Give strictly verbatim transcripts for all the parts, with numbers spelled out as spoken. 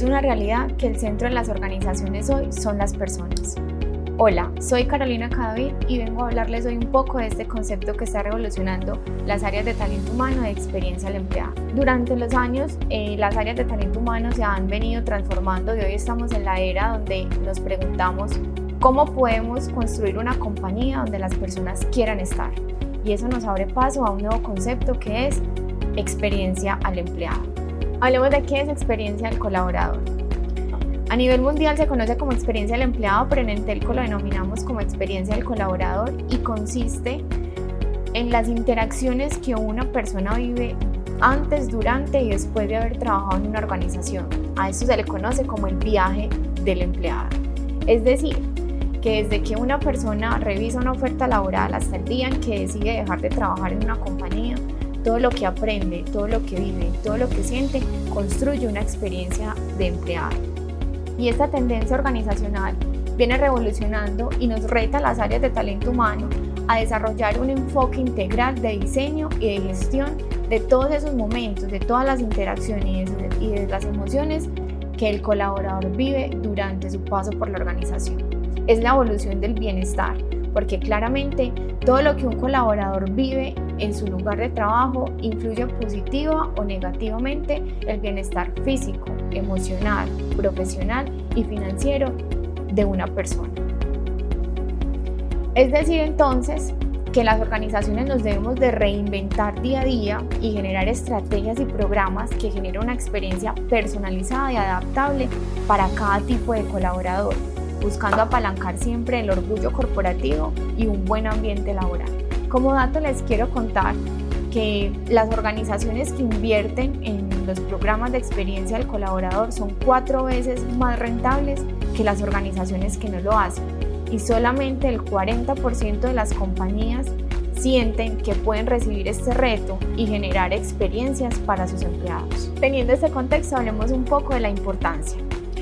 una realidad que el centro de las organizaciones hoy son las personas. Hola, soy Carolina Cadavid y vengo a hablarles hoy un poco de este concepto que está revolucionando las áreas de talento humano y de experiencia al empleado. Durante los años, eh, las áreas de talento humano se han venido transformando y hoy estamos en la era donde nos preguntamos cómo podemos construir una compañía donde las personas quieran estar. Y eso nos abre paso a un nuevo concepto que es experiencia al empleado. Hablemos de qué es experiencia al colaborador. A nivel mundial se conoce como experiencia del empleado, pero en Entelco lo denominamos como experiencia del colaborador y consiste en las interacciones que una persona vive antes, durante y después de haber trabajado en una organización. A eso se le conoce como el viaje del empleado. Es decir, que desde que una persona revisa una oferta laboral hasta el día en que decide dejar de trabajar en una compañía, todo lo que aprende, todo lo que vive, todo lo que siente, construye una experiencia de empleado. Y esta tendencia organizacional viene revolucionando y nos reta a las áreas de talento humano a desarrollar un enfoque integral de diseño y de gestión de todos esos momentos, de todas las interacciones y de las emociones que el colaborador vive durante su paso por la organización. Es la evolución del bienestar, porque claramente todo lo que un colaborador vive en su lugar de trabajo influye positiva o negativamente el bienestar físico, emocional, profesional y financiero de una persona. Es decir, entonces, que las organizaciones nos debemos de reinventar día a día y generar estrategias y programas que generen una experiencia personalizada y adaptable para cada tipo de colaborador, buscando apalancar siempre el orgullo corporativo y un buen ambiente laboral. Como dato les quiero contar que las organizaciones que invierten en los programas de experiencia del colaborador son cuatro veces más rentables que las organizaciones que no lo hacen, y solamente el cuarenta por ciento de las compañías sienten que pueden recibir este reto y generar experiencias para sus empleados. Teniendo este contexto, hablemos un poco de la importancia.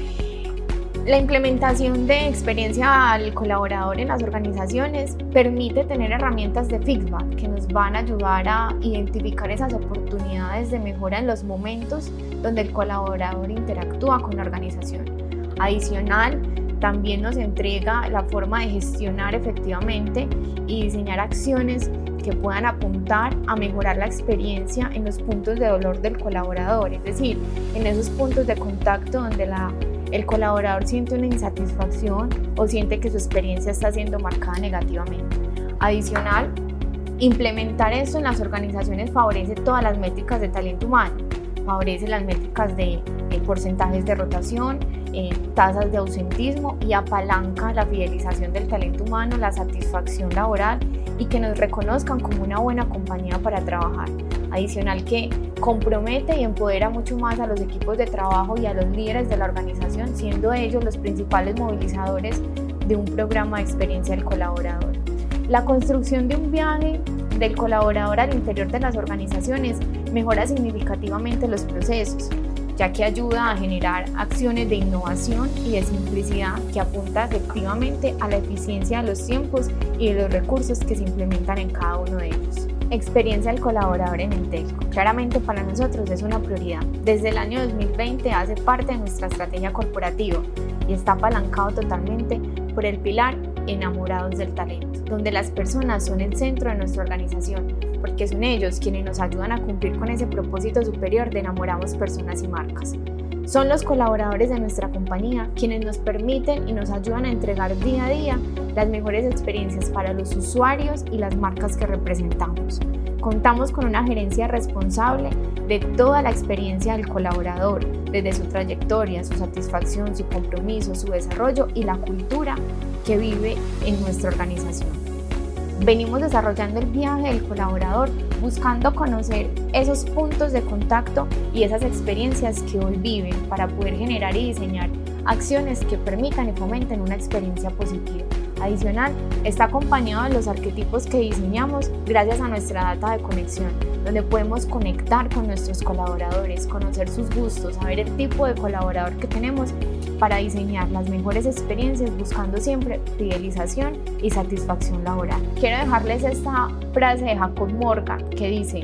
La implementación de experiencia al colaborador en las organizaciones permite tener herramientas de feedback que nos van a ayudar a identificar esas oportunidades de mejora en los momentos donde el colaborador interactúa con la organización. Adicional, también nos entrega la forma de gestionar efectivamente y diseñar acciones que puedan apuntar a mejorar la experiencia en los puntos de dolor del colaborador, es decir, en esos puntos de contacto donde la el colaborador siente una insatisfacción o siente que su experiencia está siendo marcada negativamente. Adicional, implementar esto en las organizaciones favorece todas las métricas de talento humano, favorece las métricas de eh, porcentajes de rotación, eh, tasas de ausentismo y apalanca la fidelización del talento humano, la satisfacción laboral y que nos reconozcan como una buena compañía para trabajar. Adicional que compromete y empodera mucho más a los equipos de trabajo y a los líderes de la organización, siendo ellos los principales movilizadores de un programa de experiencia del colaborador. La construcción de un viaje del colaborador al interior de las organizaciones mejora significativamente los procesos, ya que ayuda a generar acciones de innovación y de simplicidad que apunta efectivamente a la eficiencia de los tiempos y de los recursos que se implementan en cada uno de ellos. Experiencia del colaborador en Entelco. Claramente para nosotros es una prioridad. Desde el año dos mil veinte hace parte de nuestra estrategia corporativa y está apalancado totalmente por el pilar Enamorados del Talento, donde las personas son el centro de nuestra organización, porque son ellos quienes nos ayudan a cumplir con ese propósito superior de enamoramos personas y marcas. Son los colaboradores de nuestra compañía quienes nos permiten y nos ayudan a entregar día a día las mejores experiencias para los usuarios y las marcas que representamos. Contamos con una gerencia responsable de toda la experiencia del colaborador, desde su trayectoria, su satisfacción, su compromiso, su desarrollo y la cultura que vive en nuestra organización. Venimos desarrollando el viaje del colaborador buscando conocer esos puntos de contacto y esas experiencias que hoy viven para poder generar y diseñar acciones que permitan y fomenten una experiencia positiva. Adicional, está acompañado de los arquetipos que diseñamos gracias a nuestra data de conexión, donde podemos conectar con nuestros colaboradores, conocer sus gustos, saber el tipo de colaborador que tenemos para diseñar las mejores experiencias buscando siempre fidelización y satisfacción laboral. Quiero dejarles esta frase de Jacob Morgan que dice: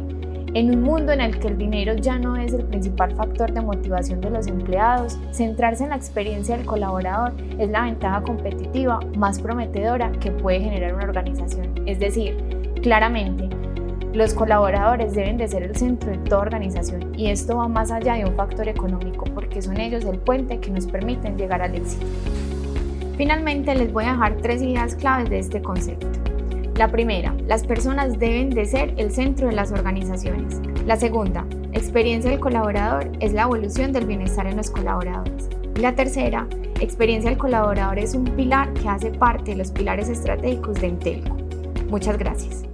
En un mundo en el que el dinero ya no es el principal factor de motivación de los empleados, centrarse en la experiencia del colaborador es la ventaja competitiva más prometedora que puede generar una organización. Es decir, claramente, los colaboradores deben de ser el centro de toda organización y esto va más allá de un factor económico porque son ellos el puente que nos permiten llegar al éxito. Finalmente, les voy a dejar tres ideas claves de este concepto. La primera, las personas deben de ser el centro de las organizaciones. La segunda, experiencia del colaborador es la evolución del bienestar en los colaboradores. Y la tercera, experiencia del colaborador es un pilar que hace parte de los pilares estratégicos de Intelco. Muchas gracias.